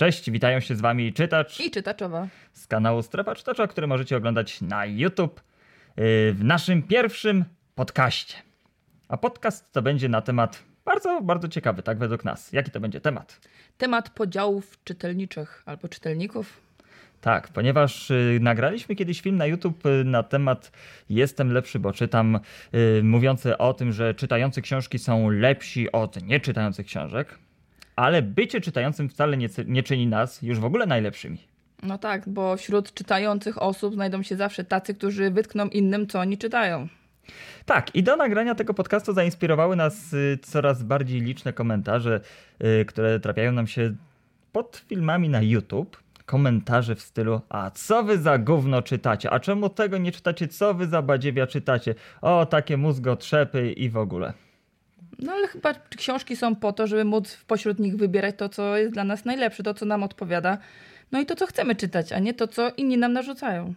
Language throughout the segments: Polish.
Cześć, witają się z wami Czytacz I Czytaczowa z kanału Strefa Czytacza, który możecie oglądać na YouTube w naszym pierwszym podcaście. A podcast to będzie na temat bardzo ciekawy, tak według nas. Jaki to będzie temat? Temat podziałów czytelniczych albo czytelników. Tak, ponieważ nagraliśmy kiedyś film na YouTube na temat Jestem lepszy, bo czytam, mówiący o tym, że czytający książki są lepsi od nieczytających książek. Ale bycie czytającym wcale nie czyni nas już w ogóle najlepszymi. No tak, bo wśród czytających osób znajdą się zawsze tacy, którzy wytkną innym, co oni czytają. Tak, i do nagrania tego podcastu zainspirowały nas coraz bardziej liczne komentarze, które trafiają nam się pod filmami na YouTube. Komentarze w stylu: a co wy za gówno czytacie? A czemu tego nie czytacie? Co wy za badziewia czytacie? O, takie mózgotrzepy i w ogóle. No ale chyba książki są po to, żeby móc pośród nich wybierać to, co jest dla nas najlepsze, to, co nam odpowiada. No i to, co chcemy czytać, a nie to, co inni nam narzucają.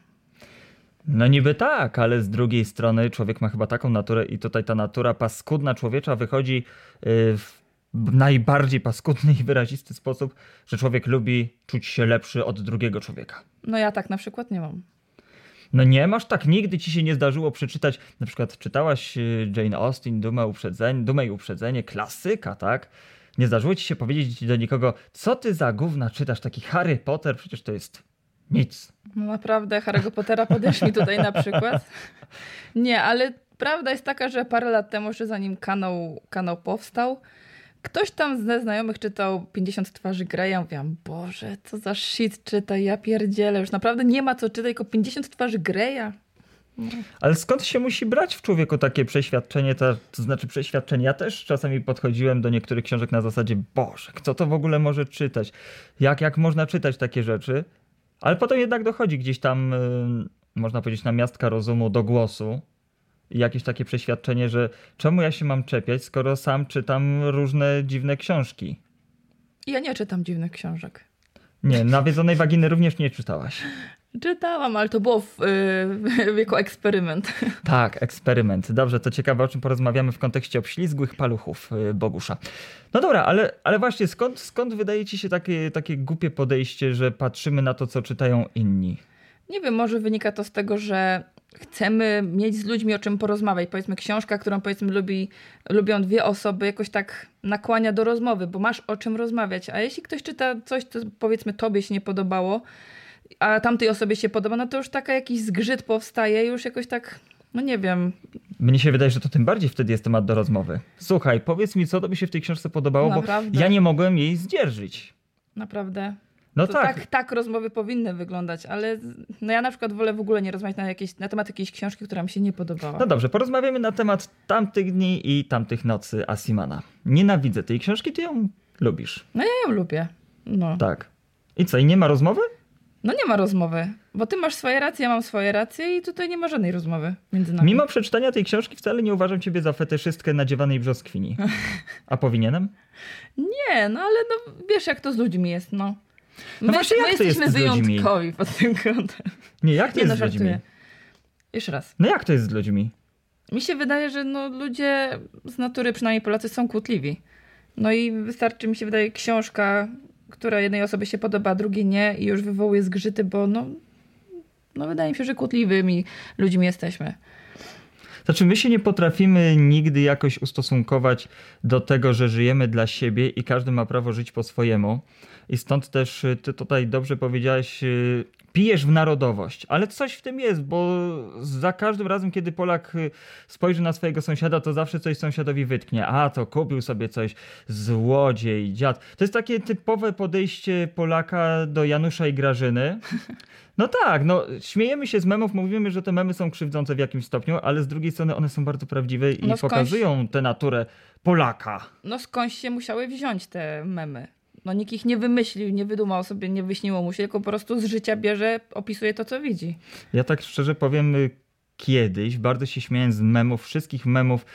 No niby tak, ale z drugiej strony człowiek ma chyba taką naturę i tutaj ta natura paskudna człowiecza wychodzi w najbardziej paskudny i wyrazisty sposób, że człowiek lubi czuć się lepszy od drugiego człowieka. No ja tak na przykład nie mam. No nie masz tak? Nigdy ci się nie zdarzyło przeczytać, na przykład czytałaś Jane Austen, Dumę i Uprzedzenie, klasyka, tak? Nie zdarzyło ci się powiedzieć do nikogo: co ty za gówna czytasz, taki Harry Potter, przecież to jest nic. No naprawdę, Harry'ego Pottera podeszł mi tutaj na przykład. Nie, ale prawda jest taka, że parę lat temu, jeszcze zanim kanał powstał, ktoś tam ze znajomych czytał 50 twarzy Greya. Ja mówiłam: Boże, co za shit czytaj, ja pierdzielę. Już naprawdę nie ma co czytać, tylko 50 twarzy Greya. Ale skąd się musi brać w człowieku takie przeświadczenie, to znaczy przeświadczenie? Ja też czasami podchodziłem do niektórych książek na zasadzie: Boże, kto to w ogóle może czytać? Jak można czytać takie rzeczy? Ale potem jednak dochodzi gdzieś tam, można powiedzieć, na miastka rozumu do głosu. I jakieś takie przeświadczenie, że czemu ja się mam czepiać, skoro sam czytam różne dziwne książki. Ja nie czytam dziwnych książek. Nie, Nawiedzonej Waginy również nie czytałaś. Czytałam, ale to było jako eksperyment. Tak, eksperyment. Dobrze, to ciekawe, o czym porozmawiamy w kontekście obślizgłych paluchów Bogusza. No dobra, ale właśnie skąd wydaje ci się takie głupie podejście, że patrzymy na to, co czytają inni? Nie wiem, może wynika to z tego, że chcemy mieć z ludźmi o czym porozmawiać. Powiedzmy, książka, którą powiedzmy lubią dwie osoby, jakoś tak nakłania do rozmowy, bo masz o czym rozmawiać. A jeśli ktoś czyta coś, co powiedzmy tobie się nie podobało, a tamtej osobie się podoba, no to już taka jakiś zgrzyt powstaje, już jakoś tak, no nie wiem. Mnie się wydaje, że to tym bardziej wtedy jest temat do rozmowy. Słuchaj, powiedz mi, co tobie się w tej książce podobało, Naprawdę? Bo ja nie mogłem jej zdzierżyć. Naprawdę. No to tak. Tak rozmowy powinny wyglądać, ale no ja na przykład wolę w ogóle nie rozmawiać na temat jakiejś książki, która mi się nie podobała. No dobrze, porozmawiamy na temat Tamtych dni i tamtych nocy Asimana. Nienawidzę tej książki, ty ją lubisz. No ja ją lubię. No. Tak. I co, i nie ma rozmowy? No nie ma rozmowy, bo ty masz swoje racje, ja mam swoje racje i tutaj nie ma żadnej rozmowy między nami. Mimo przeczytania tej książki wcale nie uważam ciebie za fetyszystkę nadziewanej brzoskwini. A powinienem? Nie, no ale no, wiesz jak to z ludźmi jest, no. No właśnie, jak to jest jesteśmy z ludźmi? wyjątkowi pod tym kątem. Nie, jak to jest z żartuję. ludźmi? Jeszcze raz. No jak to jest z ludźmi? Mi się wydaje, że no, ludzie z natury, przynajmniej Polacy, są kłótliwi. No i wystarczy, mi się wydaje, książka, która jednej osobie się podoba, a drugiej nie i już wywołuje zgrzyty, bo no wydaje mi się, że kłótliwymi ludźmi jesteśmy. Znaczy, my się nie potrafimy nigdy jakoś ustosunkować do tego, że żyjemy dla siebie i każdy ma prawo żyć po swojemu. I stąd też ty tutaj dobrze powiedziałeś, pijesz w narodowość. Ale coś w tym jest, bo za każdym razem, kiedy Polak spojrzy na swojego sąsiada, to zawsze coś sąsiadowi wytknie. A, to kupił sobie coś, złodziej, dziad. To jest takie typowe podejście Polaka do Janusza i Grażyny. No tak, no śmiejemy się z memów, mówimy, że te memy są krzywdzące w jakimś stopniu, ale z drugiej strony one są bardzo prawdziwe i pokazują tę naturę Polaka. No skądś się musiały wziąć te memy. No nikt ich nie wymyślił, nie wydumał sobie, nie wyśniło mu się, tylko po prostu z życia bierze, opisuje to, co widzi. Ja tak szczerze powiem, kiedyś bardzo się śmiałem z memów, wszystkich memów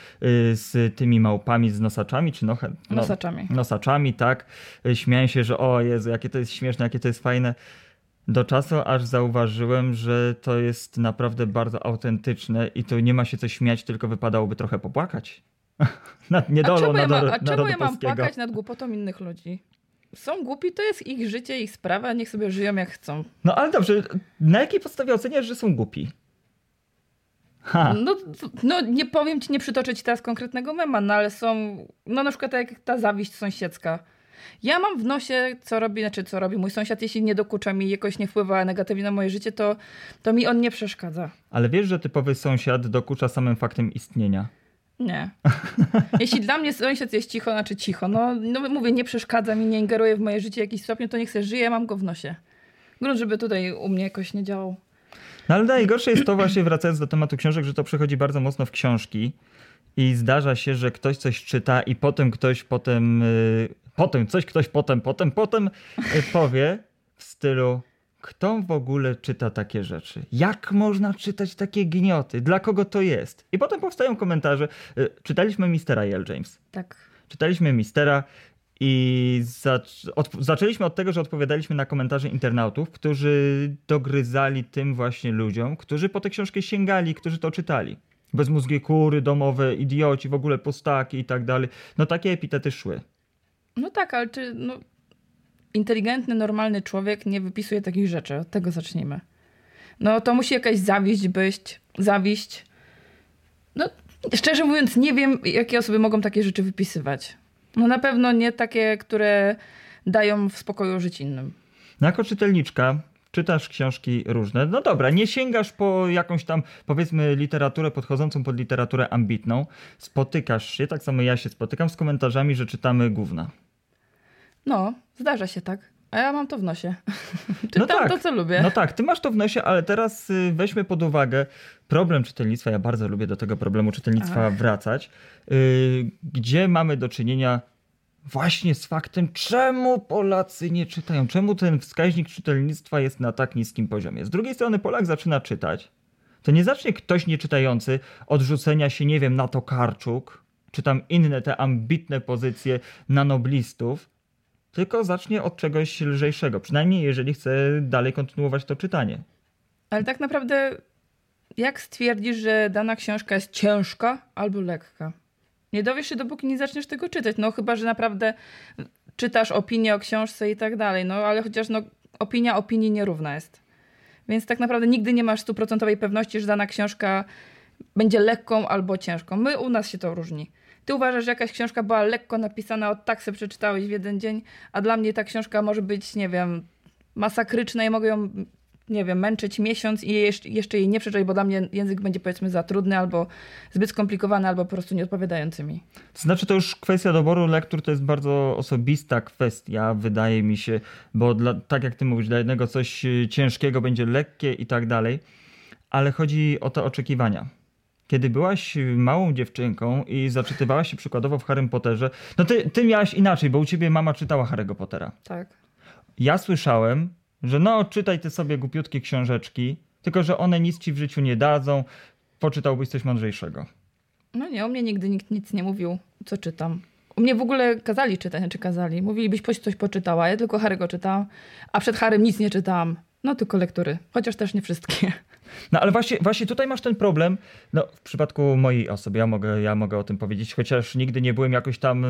z tymi małpami, z nosaczami, czy nosaczami. Nosaczami, tak. Śmiałem się, że o Jezu, jakie to jest śmieszne, jakie to jest fajne. Do czasu, aż zauważyłem, że to jest naprawdę bardzo autentyczne i tu nie ma się co śmiać, tylko wypadałoby trochę popłakać. Nad niedolą A czemu narodu ja mam polskiego. płakać nad głupotą innych ludzi? są głupi, to jest ich życie, ich sprawa, niech sobie żyją jak chcą. No ale dobrze, na jakiej podstawie oceniasz, że są głupi? No nie powiem ci, nie przytoczę ci teraz konkretnego mema, no ale są, no na przykład tak jak ta zawiść sąsiedzka. Ja mam w nosie, co robi mój sąsiad, jeśli nie dokucza mi, jakoś nie wpływa negatywnie na moje życie, to mi on nie przeszkadza. Ale wiesz, że typowy sąsiad dokucza samym faktem istnienia? Nie. Jeśli dla mnie sąsiad jest cicho, no mówię, nie przeszkadza mi, nie ingeruje w moje życie w jakiś stopniu, to niech sobie żyje, mam go w nosie. Grunt, żeby tutaj u mnie jakoś nie działał. No ale najgorsze jest to właśnie, wracając do tematu książek, że to przechodzi bardzo mocno w książki i zdarza się, że ktoś coś czyta i potem ktoś powie w stylu: kto w ogóle czyta takie rzeczy? Jak można czytać takie gnioty? Dla kogo to jest? I potem powstają komentarze. Czytaliśmy Mistera i L. James. Tak. Czytaliśmy Mistera i zaczęliśmy od tego, że odpowiadaliśmy na komentarze internautów, którzy dogryzali tym właśnie ludziom, którzy po tę książkę sięgali, którzy to czytali. Bezmózgie kury domowe, idioci, w ogóle postaki i tak dalej. No takie epitety szły. No tak, ale inteligentny, normalny człowiek nie wypisuje takich rzeczy. Od tego zacznijmy. No to musi jakaś zawiść. No szczerze mówiąc nie wiem, jakie osoby mogą takie rzeczy wypisywać. No na pewno nie takie, które dają w spokoju żyć innym. No jako czytelniczka czytasz książki różne. No dobra, nie sięgasz po jakąś tam, powiedzmy, literaturę podchodzącą pod literaturę ambitną. Spotykasz się, tak samo ja się spotykam z komentarzami, że czytamy gówna. No, zdarza się tak. A ja mam to w nosie. Czytam to, co lubię. No tak, ty masz to w nosie, ale teraz weźmy pod uwagę problem czytelnictwa. Ja bardzo lubię do tego problemu czytelnictwa wracać. Gdzie mamy do czynienia właśnie z faktem, czemu Polacy nie czytają? Czemu ten wskaźnik czytelnictwa jest na tak niskim poziomie? Z drugiej strony Polak zaczyna czytać. To nie zacznie ktoś nieczytający od rzucenia się, nie wiem, na Tokarczuk, czy tam inne te ambitne pozycje na noblistów, tylko zacznie od czegoś lżejszego. Przynajmniej jeżeli chce dalej kontynuować to czytanie. Ale tak naprawdę jak stwierdzisz, że dana książka jest ciężka albo lekka? Nie dowiesz się, dopóki nie zaczniesz tego czytać. No chyba, że naprawdę czytasz opinię o książce i tak dalej. No ale chociaż opinia opinii nierówna jest. Więc tak naprawdę nigdy nie masz 100% pewności, że dana książka będzie lekką albo ciężką. U nas się to różni. Ty uważasz, że jakaś książka była lekko napisana, tak sobie przeczytałeś w jeden dzień, a dla mnie ta książka może być, nie wiem, masakryczna i mogę ją, nie wiem, męczyć miesiąc i jeszcze jej nie przeczytać, bo dla mnie język będzie, powiedzmy, za trudny albo zbyt skomplikowany, albo po prostu nieodpowiadający mi. To znaczy, to już kwestia doboru lektur to jest bardzo osobista kwestia, wydaje mi się, bo tak jak ty mówisz, dla jednego coś ciężkiego będzie lekkie i tak dalej, ale chodzi o te oczekiwania. Kiedy byłaś małą dziewczynką i zaczytywałaś się przykładowo w Harrym Potterze, no ty miałaś inaczej, bo u ciebie mama czytała Harry'ego Pottera. Tak. Ja słyszałem, że czytaj ty sobie głupiutkie książeczki, tylko że one nic ci w życiu nie dadzą, poczytałbyś coś mądrzejszego. No nie, u mnie nigdy nikt nic nie mówił, co czytam. U mnie w ogóle kazali czytać, czy kazali. Mówili, byś coś poczytała, ja tylko Harry'ego czytałam, a przed Harrym nic nie czytałam. No tylko lektury, chociaż też nie wszystkie. No ale właśnie tutaj masz ten problem, no w przypadku mojej osoby, ja mogę o tym powiedzieć, chociaż nigdy nie byłem jakoś tam,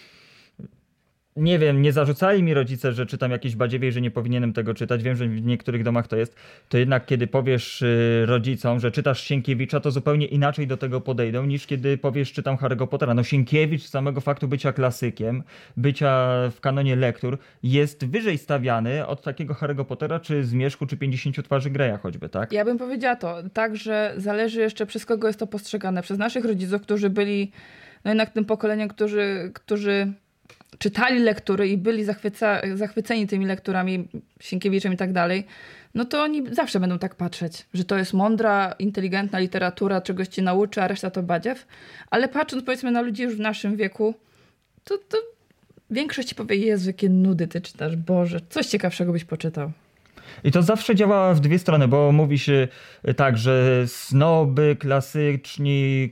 nie wiem, nie zarzucali mi rodzice, że czytam jakieś badziewie i że nie powinienem tego czytać, wiem, że w niektórych domach to jest, to jednak kiedy powiesz rodzicom, że czytasz Sienkiewicza, to zupełnie inaczej do tego podejdą, niż kiedy powiesz, czytam Harry'ego Pottera. No Sienkiewicz z samego faktu bycia klasykiem, bycia w kanonie lektur, jest wyżej stawiany od takiego Harry'ego Pottera, czy Zmierzchu, czy 50 twarzy Greya choćby, tak? Ja bym powiedziała to tak, że zależy jeszcze przez kogo jest to postrzegane. Przez naszych rodziców, którzy byli no jednak tym pokoleniem, którzy czytali lektury i byli zachwyceni tymi lekturami, Sienkiewiczem i tak dalej, no to oni zawsze będą tak patrzeć, że to jest mądra, inteligentna literatura, czegoś cię nauczy, a reszta to badziew. Ale patrząc, powiedzmy, na ludzi już w naszym wieku, to większość powie, Jezu, jakie nudy ty czytasz, Boże, coś ciekawszego byś poczytał. I to zawsze działa w dwie strony, bo mówi się tak, że snoby klasyczni,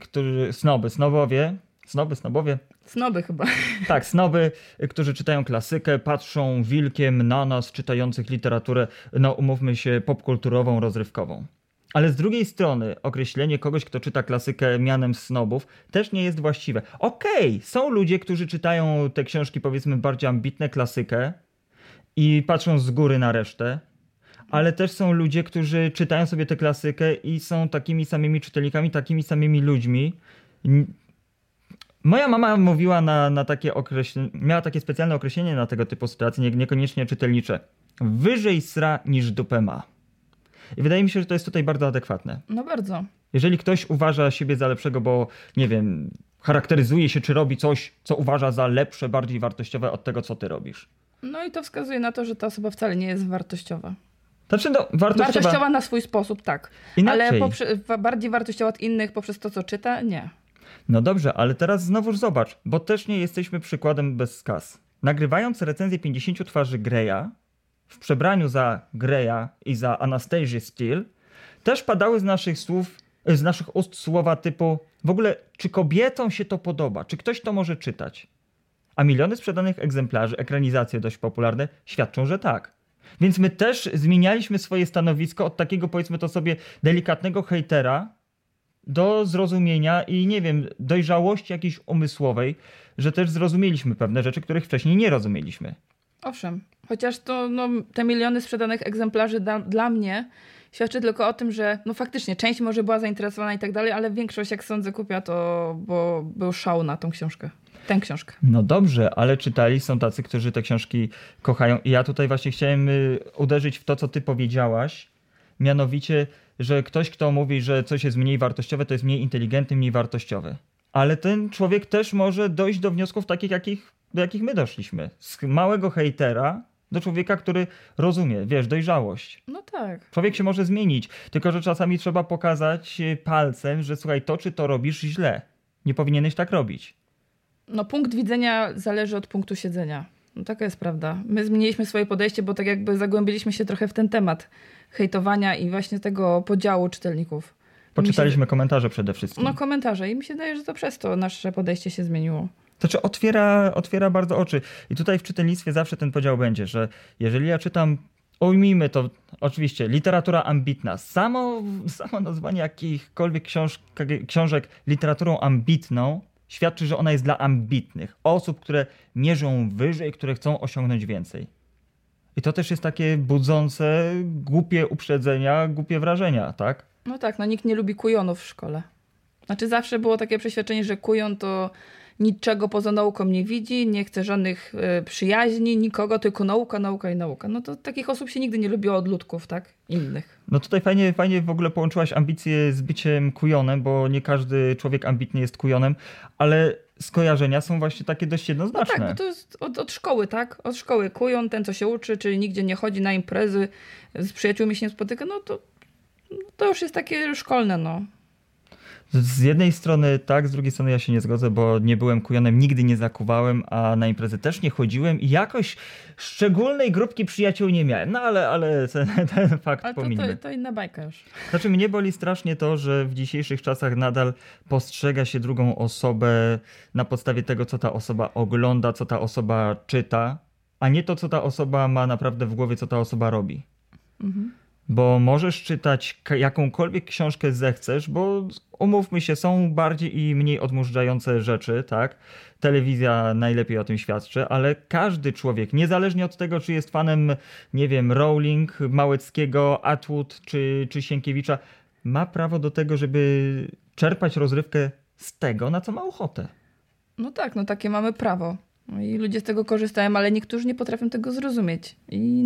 Snoby chyba. Tak, snoby, którzy czytają klasykę, patrzą wilkiem na nas, czytających literaturę, no umówmy się, popkulturową, rozrywkową. Ale z drugiej strony określenie kogoś, kto czyta klasykę mianem snobów też nie jest właściwe. Okej, są ludzie, którzy czytają te książki, powiedzmy, bardziej ambitne, klasykę, i patrzą z góry na resztę, ale też są ludzie, którzy czytają sobie tę klasykę i są takimi samymi czytelnikami, takimi samymi ludźmi. Moja mama mówiła na takie określenie, miała takie specjalne określenie na tego typu sytuacje, niekoniecznie czytelnicze. Wyżej sra niż dupę ma. I wydaje mi się, że to jest tutaj bardzo adekwatne. No bardzo. Jeżeli ktoś uważa siebie za lepszego, bo nie wiem, charakteryzuje się, czy robi coś, co uważa za lepsze, bardziej wartościowe od tego, co ty robisz. No i to wskazuje na to, że ta osoba wcale nie jest wartościowa. Znaczy, no, wartościowa na swój sposób, tak. Inaczej. Ale bardziej wartościowa od innych poprzez to, co czyta, nie. No dobrze, ale teraz znowuż zobacz, bo też nie jesteśmy przykładem bez skaz. Nagrywając recenzję 50 twarzy Greya, w przebraniu za Greya i za Anastasia Steele, też padały z naszych ust słowa typu w ogóle, czy kobietom się to podoba, czy ktoś to może czytać? A miliony sprzedanych egzemplarzy, ekranizacje dość popularne, świadczą, że tak. Więc my też zmienialiśmy swoje stanowisko od takiego, powiedzmy to sobie, delikatnego hejtera do zrozumienia i nie wiem, dojrzałości jakiejś umysłowej, że też zrozumieliśmy pewne rzeczy, których wcześniej nie rozumieliśmy. Owszem, chociaż to te miliony sprzedanych egzemplarzy dla mnie świadczy tylko o tym, że no faktycznie część może była zainteresowana i tak dalej, ale większość, jak sądzę, kupiła to, bo był szał na tą książkę. Tę książkę. No dobrze, ale czytali, są tacy, którzy te książki kochają. I ja tutaj właśnie chciałem uderzyć w to, co ty powiedziałaś, mianowicie, że ktoś, kto mówi, że coś jest mniej wartościowe, to jest mniej inteligentny, mniej wartościowy. Ale ten człowiek też może dojść do wniosków takich, do jakich my doszliśmy. Z małego hejtera do człowieka, który rozumie, wiesz, dojrzałość. No tak. Człowiek się może zmienić, tylko że czasami trzeba pokazać palcem, że słuchaj, to czy to robisz źle. Nie powinieneś tak robić. No punkt widzenia zależy od punktu siedzenia. No taka jest prawda. My zmieniliśmy swoje podejście, bo tak jakby zagłębiliśmy się trochę w ten temat hejtowania i właśnie tego podziału czytelników. Poczytaliśmy komentarze przede wszystkim. No komentarze i mi się wydaje, że to przez to nasze podejście się zmieniło. Znaczy otwiera bardzo oczy. I tutaj w czytelnictwie zawsze ten podział będzie, że jeżeli ja czytam, ujmijmy to, oczywiście, literatura ambitna. Samo nazwanie jakichkolwiek książek literaturą ambitną świadczy, że ona jest dla ambitnych. Osób, które mierzą wyżej, które chcą osiągnąć więcej. I to też jest takie budzące, głupie uprzedzenia, głupie wrażenia, tak? No tak, no nikt nie lubi kujonów w szkole. Znaczy zawsze było takie przeświadczenie, że kujon to niczego poza nauką nie widzi, nie chce żadnych przyjaźni, nikogo, tylko nauka, nauka i nauka. No to takich osób się nigdy nie lubiło od ludków, tak? Innych. No tutaj fajnie w ogóle połączyłaś ambicje z byciem kujonem, bo nie każdy człowiek ambitny jest kujonem, ale skojarzenia są właśnie takie dość jednoznaczne. No tak, bo to jest od szkoły, tak? Od szkoły kujon, ten co się uczy, czyli nigdzie nie chodzi na imprezy, z przyjaciółmi się nie spotyka, no to już jest takie szkolne, no. Z jednej strony tak, z drugiej strony ja się nie zgodzę, bo nie byłem kujonem, nigdy nie zakuwałem, a na imprezy też nie chodziłem i jakoś szczególnej grupki przyjaciół nie miałem. No ale ten fakt pominę. To inna bajka już. Znaczy mnie boli strasznie to, że w dzisiejszych czasach nadal postrzega się drugą osobę na podstawie tego, co ta osoba ogląda, co ta osoba czyta, a nie to, co ta osoba ma naprawdę w głowie, co ta osoba robi. Mhm. Bo możesz czytać jakąkolwiek książkę zechcesz, bo umówmy się, są bardziej i mniej odmurzające rzeczy, tak? Telewizja najlepiej o tym świadczy, ale każdy człowiek, niezależnie od tego, czy jest fanem, nie wiem, Rowling, Małeckiego, Atwood czy Sienkiewicza, ma prawo do tego, żeby czerpać rozrywkę z tego, na co ma ochotę. No tak, no takie mamy prawo. No i ludzie z tego korzystają, ale niektórzy nie potrafią tego zrozumieć. I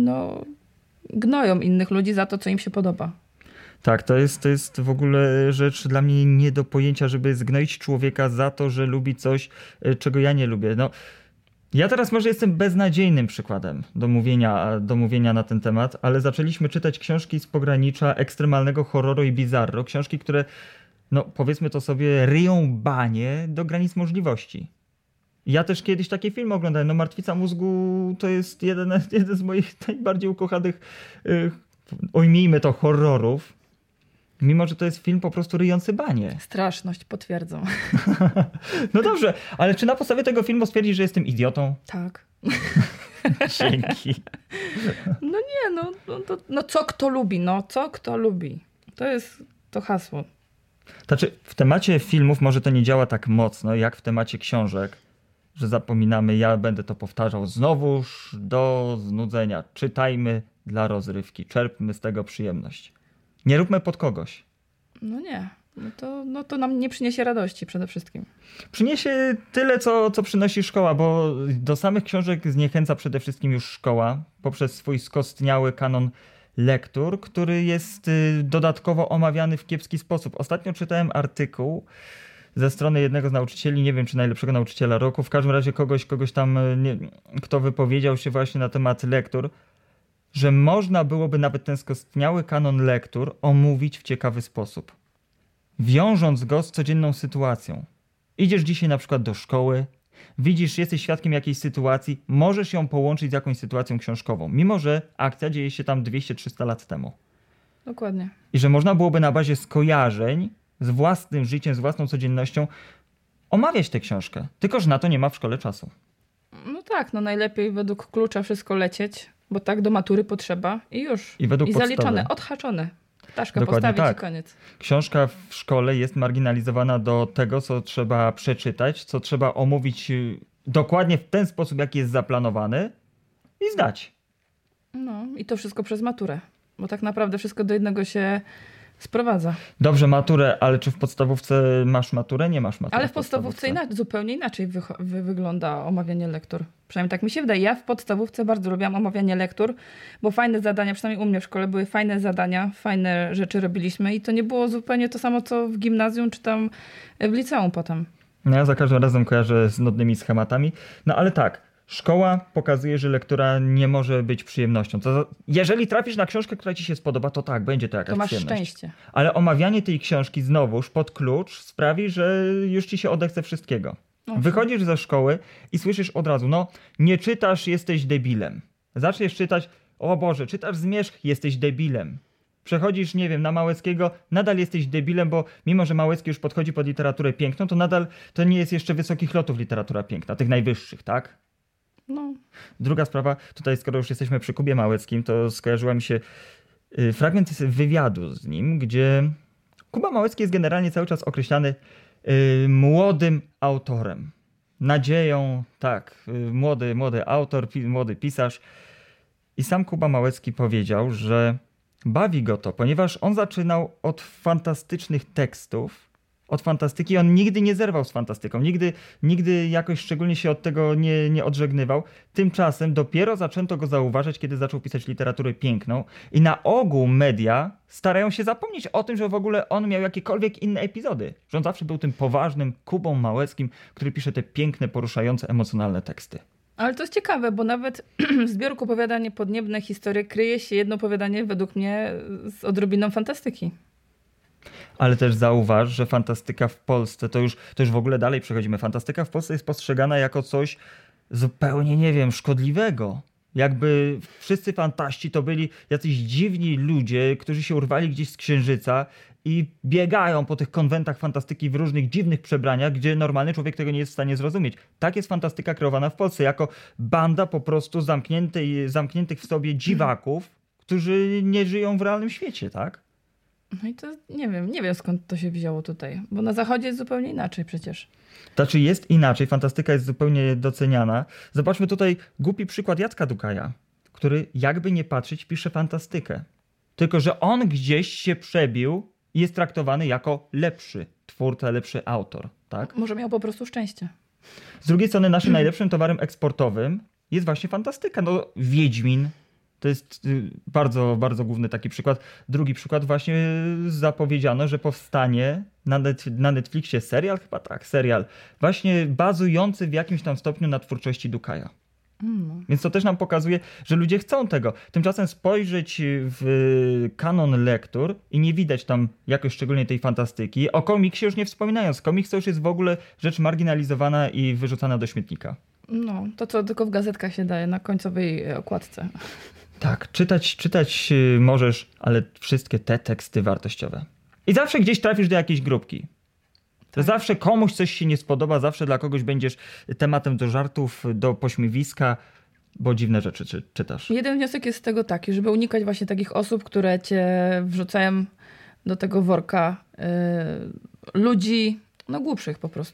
gnoją innych ludzi za to, co im się podoba. Tak, to jest w ogóle rzecz dla mnie nie do pojęcia, żeby zgnoić człowieka za to, że lubi coś, czego ja nie lubię. No, ja teraz może jestem beznadziejnym przykładem do mówienia na ten temat, ale zaczęliśmy czytać książki z pogranicza ekstremalnego horroru i bizarro. Książki, które, no powiedzmy to sobie, ryją banie do granic możliwości. Ja też kiedyś taki film oglądałem. No Martwica mózgu to jest jeden z moich najbardziej ukochanych, ujmijmy to, horrorów. Mimo że to jest film po prostu ryjący banie. Straszność, potwierdzam. No dobrze, ale czy na podstawie tego filmu stwierdzisz, że jestem idiotą? Tak. Dzięki. No nie, co kto lubi, co kto lubi. To jest to hasło. Znaczy, w temacie filmów może to nie działa tak mocno, jak w temacie książek. że zapominamy, ja będę to powtarzał znowuż do znudzenia. Czytajmy dla rozrywki, czerpmy z tego przyjemność. Nie róbmy pod kogoś. No nie. No to nam nie przyniesie radości przede wszystkim. Przyniesie tyle, co przynosi szkoła, bo do samych książek zniechęca przede wszystkim już szkoła poprzez swój skostniały kanon lektur, który jest dodatkowo omawiany w kiepski sposób. Ostatnio czytałem artykuł ze strony jednego z nauczycieli, nie wiem czy najlepszego nauczyciela roku, w każdym razie kogoś tam, kto wypowiedział się właśnie na temat lektur, że można byłoby nawet ten skostniały kanon lektur omówić w ciekawy sposób, wiążąc go z codzienną sytuacją. Idziesz dzisiaj na przykład do szkoły, widzisz, jesteś świadkiem jakiejś sytuacji, możesz ją połączyć z jakąś sytuacją książkową, mimo że akcja dzieje się tam 200-300 lat temu. Dokładnie. I że można byłoby na bazie skojarzeń z własnym życiem, z własną codziennością omawiać tę książkę. Tylko że na to nie ma w szkole czasu. No tak, no najlepiej według klucza wszystko lecieć, bo tak do matury potrzeba i już. I według podstawy. Zaliczone, odhaczone. Ptaszka Dokładnie postawić tak. i koniec. Książka w szkole jest marginalizowana do tego, co trzeba przeczytać, co trzeba omówić dokładnie w ten sposób, jaki jest zaplanowany i zdać. No i to wszystko przez maturę, bo tak naprawdę wszystko do jednego się sprowadza. Dobrze, maturę, ale czy w podstawówce masz maturę? Nie masz matury. Ale w podstawówce zupełnie inaczej wygląda omawianie lektur. Przynajmniej tak mi się wydaje. Ja w podstawówce bardzo lubiłam omawianie lektur, bo fajne zadania, przynajmniej u mnie w szkole były fajne zadania, fajne rzeczy robiliśmy i to nie było zupełnie to samo, co w gimnazjum czy tam w liceum potem. No ja za każdym razem kojarzę z nudnymi schematami. No ale tak, szkoła pokazuje, że lektura nie może być przyjemnością. Jeżeli trafisz na książkę, która ci się spodoba, to tak, będzie to jakaś przyjemność. To masz szczęście. Ale omawianie tej książki znowuż pod klucz sprawi, że już ci się odechce wszystkiego. Wychodzisz ze szkoły i słyszysz od razu, no nie czytasz, jesteś debilem. Zaczniesz czytać, o Boże, czytasz Zmierzch, jesteś debilem. Przechodzisz, nie wiem, na Małeckiego, nadal jesteś debilem, bo mimo, że Małecki już podchodzi pod literaturę piękną, to nadal to nie jest jeszcze wysokich lotów literatura piękna, tych najwyższych, tak? No. Druga sprawa, tutaj skoro już jesteśmy przy Kubie Małeckim, to skojarzyła mi się fragment wywiadu z nim, gdzie Kuba Małecki jest generalnie cały czas określany młodym autorem. Nadzieją, tak, młody autor, młody pisarz. I sam Kuba Małecki powiedział, że bawi go to, ponieważ on zaczynał od fantastycznych tekstów, od fantastyki. On nigdy nie zerwał z fantastyką, nigdy jakoś szczególnie się od tego nie odżegnywał. Tymczasem dopiero zaczęto go zauważać, kiedy zaczął pisać literaturę piękną i na ogół media starają się zapomnieć o tym, że w ogóle on miał jakiekolwiek inne epizody. Że on zawsze był tym poważnym Kubą Małeckim, który pisze te piękne, poruszające, emocjonalne teksty. Ale to jest ciekawe, bo nawet w zbiorku Opowiadanie podniebne historie kryje się jedno opowiadanie według mnie z odrobiną fantastyki. Ale też zauważ, że fantastyka w Polsce, to już w ogóle dalej przechodzimy. Fantastyka w Polsce jest postrzegana jako coś zupełnie, nie wiem, szkodliwego. Jakby wszyscy fantaści to byli jacyś dziwni ludzie, którzy się urwali gdzieś z księżyca i biegają po tych konwentach fantastyki w różnych dziwnych przebraniach, gdzie normalny człowiek tego nie jest w stanie zrozumieć. Tak jest fantastyka kreowana w Polsce, jako banda po prostu zamkniętych w sobie dziwaków, którzy nie żyją w realnym świecie, tak? No i to nie wiem skąd to się wzięło tutaj, bo na zachodzie jest zupełnie inaczej przecież. Znaczy jest inaczej, fantastyka jest zupełnie doceniana. Zobaczmy tutaj głupi przykład Jacka Dukaja, który jakby nie patrzeć pisze fantastykę. Tylko że on gdzieś się przebił i jest traktowany jako lepszy twórca, lepszy autor. Tak? Może miał po prostu szczęście. Z drugiej strony naszym najlepszym towarem eksportowym jest właśnie fantastyka. No Wiedźmin to jest bardzo, bardzo główny taki przykład. Drugi przykład właśnie zapowiedziano, że powstanie na Netflixie serial, serial właśnie bazujący w jakimś tam stopniu na twórczości Dukaja. Więc to też nam pokazuje, że ludzie chcą tego. Tymczasem spojrzeć w kanon lektur i nie widać tam jakoś szczególnie tej fantastyki. O komiksie już nie wspominając. Komiks to już jest w ogóle rzecz marginalizowana i wyrzucana do śmietnika. No, to co tylko w gazetkach się daje na końcowej okładce. Tak, czytać możesz, ale wszystkie te teksty wartościowe. I zawsze gdzieś trafisz do jakiejś grupki. Tak. Zawsze komuś coś się nie spodoba, zawsze dla kogoś będziesz tematem do żartów, do pośmiewiska, bo dziwne rzeczy czytasz. Jeden wniosek jest z tego taki, żeby unikać właśnie takich osób, które cię wrzucają do tego worka ludzi, no głupszych po prostu.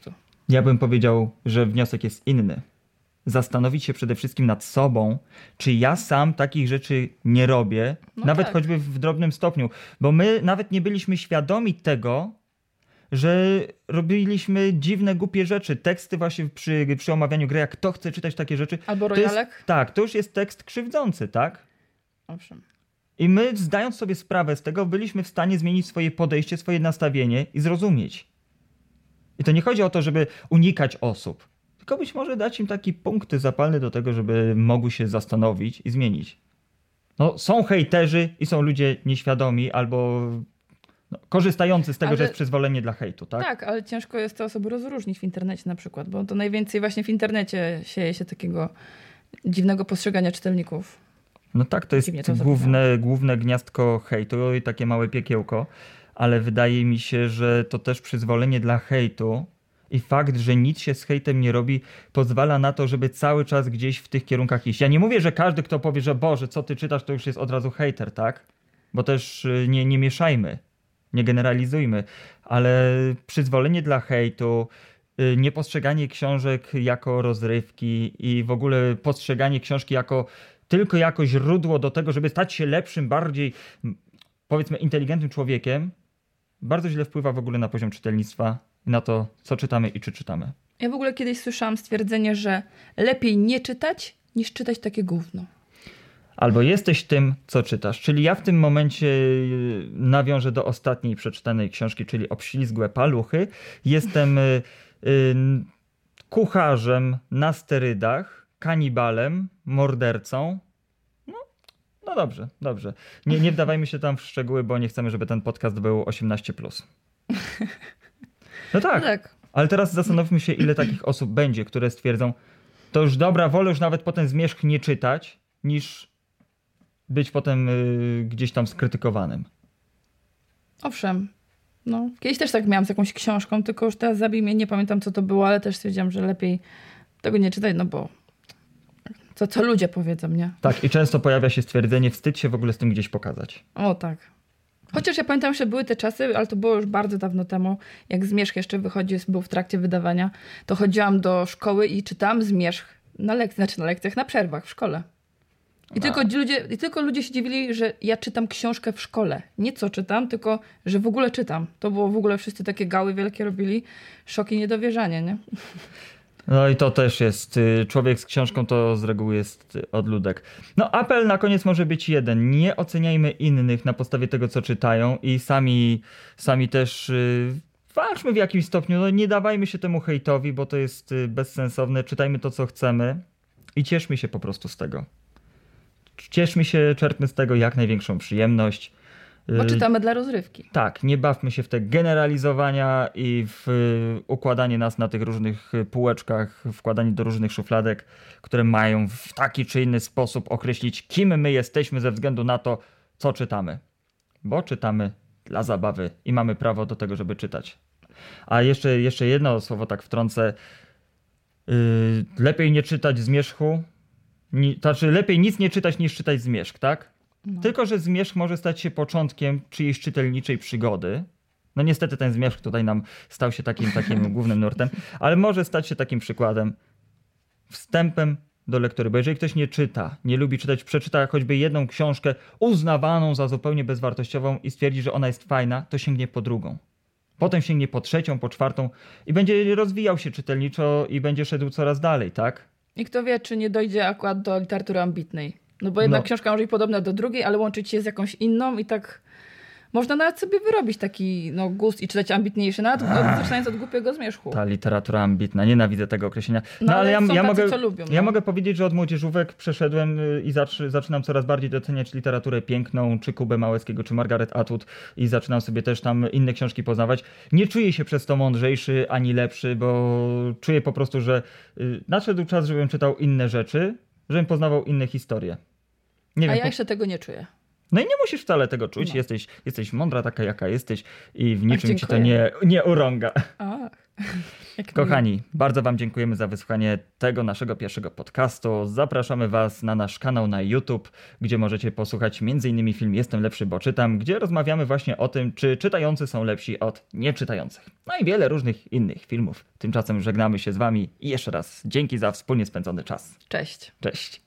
Ja bym powiedział, że wniosek jest inny. Zastanowić się przede wszystkim nad sobą, czy ja sam takich rzeczy nie robię, No nawet tak. choćby w drobnym stopniu, bo my nawet nie byliśmy świadomi tego, że robiliśmy dziwne, głupie rzeczy. Teksty właśnie przy omawianiu gry, jak kto chce czytać takie rzeczy. Albo to jest, rojalek? tak, to już jest tekst krzywdzący, tak? Owszem. I my, zdając sobie sprawę z tego, byliśmy w stanie zmienić swoje podejście, swoje nastawienie i zrozumieć. I to nie chodzi o to, żeby unikać osób, tylko być może dać im taki punkty zapalny do tego, żeby mogły się zastanowić i zmienić. No, są hejterzy i są ludzie nieświadomi albo korzystający z tego, Ale- że jest przyzwolenie dla hejtu, tak? Tak, ale ciężko jest te osoby rozróżnić w internecie na przykład, bo to najwięcej właśnie w internecie sieje się takiego dziwnego postrzegania czytelników. No tak, to jest Dziwnie to główne gniazdko hejtu i takie małe piekiełko, ale wydaje mi się, że to też przyzwolenie dla hejtu i fakt, że nic się z hejtem nie robi, pozwala na to, żeby cały czas gdzieś w tych kierunkach iść. Ja nie mówię, że każdy, kto powie, że Boże, co ty czytasz, to już jest od razu hejter, tak? Bo też nie mieszajmy, nie generalizujmy, ale przyzwolenie dla hejtu, niepostrzeganie książek jako rozrywki i w ogóle postrzeganie książki tylko jako źródło do tego, żeby stać się lepszym, bardziej powiedzmy inteligentnym człowiekiem, bardzo źle wpływa w ogóle na poziom czytelnictwa i na to, co czytamy i czy czytamy. Ja w ogóle kiedyś słyszałam stwierdzenie, że lepiej nie czytać, niż czytać takie gówno. Albo jesteś tym, co czytasz. Czyli ja w tym momencie nawiążę do ostatniej przeczytanej książki, czyli Obślizgłe paluchy. Jestem kucharzem na sterydach, kanibalem, mordercą. No dobrze, dobrze. Nie wdawajmy się tam w szczegóły, bo nie chcemy, żeby ten podcast był 18+. No tak, Tak. ale teraz zastanówmy się, ile takich osób będzie, które stwierdzą, to już dobra, wolę już nawet potem zmierzch nie czytać, niż być potem gdzieś tam skrytykowanym. Owszem. No, kiedyś też tak miałam z jakąś książką, tylko już teraz zabij mnie, nie pamiętam co to było, ale też stwierdziłam, że lepiej tego nie czytać, no bo co ludzie powiedzą, nie? Tak, i często pojawia się stwierdzenie, wstyd się w ogóle z tym gdzieś pokazać. O tak. Chociaż ja pamiętam, że były te czasy, ale to było już bardzo dawno temu, jak Zmierzch jeszcze był w trakcie wydawania, to chodziłam do szkoły i czytałam Zmierzch na lekcjach, na przerwach w szkole. I tylko ludzie się dziwili, że ja czytam książkę w szkole. Nie co czytam, tylko że w ogóle czytam. To było w ogóle wszyscy takie gały wielkie robili. Szok i niedowierzanie, nie? No i to też jest, człowiek z książką to z reguły jest odludek. No apel na koniec może być jeden. Nie oceniajmy innych na podstawie tego, co czytają i sami też walczmy w jakimś stopniu. No nie dawajmy się temu hejtowi, bo to jest bezsensowne. Czytajmy to, co chcemy i cieszmy się po prostu z tego. Cieszmy się, czerpmy z tego jak największą przyjemność. Bo czytamy dla rozrywki. Tak, nie bawmy się w te generalizowania i w układanie nas na tych różnych półeczkach, wkładanie do różnych szufladek, które mają w taki czy inny sposób określić, kim my jesteśmy ze względu na to, co czytamy. Bo czytamy dla zabawy i mamy prawo do tego, żeby czytać. A jeszcze jedno słowo tak wtrącę. Lepiej nie czytać Zmierzchu. Znaczy lepiej nic nie czytać niż czytać Zmierzch, tak? No. Tylko że Zmierzch może stać się początkiem czyjejś czytelniczej przygody. No niestety ten Zmierzch tutaj nam stał się takim głównym nurtem, ale może stać się takim przykładem, wstępem do lektury. Bo jeżeli ktoś nie czyta, nie lubi czytać, przeczyta choćby jedną książkę uznawaną za zupełnie bezwartościową i stwierdzi, że ona jest fajna, to sięgnie po drugą. Potem sięgnie po trzecią, po czwartą i będzie rozwijał się czytelniczo i będzie szedł coraz dalej, tak? I kto wie, czy nie dojdzie akurat do literatury ambitnej. No bo jedna książka może być podobna do drugiej, ale łączyć się z jakąś inną i tak można nawet sobie wyrobić taki gust i czytać ambitniejszy, nawet zaczynając od głupiego Zmierzchu. Ta literatura ambitna, nienawidzę tego określenia. No ale ja mogę, co lubią, ja mogę powiedzieć, że od młodzieżówek przeszedłem i zaczynam coraz bardziej doceniać literaturę piękną, czy Kubę Małeckiego, czy Margaret Atwood i zaczynam sobie też tam inne książki poznawać. Nie czuję się przez to mądrzejszy ani lepszy, bo czuję po prostu, że nadszedł czas, żebym czytał inne rzeczy, żebym poznawał inne historie. Nie A wiem, ja jeszcze tego nie czuję. No i nie musisz wcale tego czuć, No. jesteś mądra taka, jaka jesteś i w niczym ci to dziękuję. nie urąga. Jak Kochani, bardzo wam dziękujemy za wysłuchanie tego naszego pierwszego podcastu. Zapraszamy was na nasz kanał na YouTube, gdzie możecie posłuchać m.in. film Jestem lepszy, bo czytam, gdzie rozmawiamy właśnie o tym, czy czytający są lepsi od nieczytających. No i wiele różnych innych filmów. Tymczasem żegnamy się z wami i jeszcze raz dzięki za wspólnie spędzony czas. Cześć. Cześć.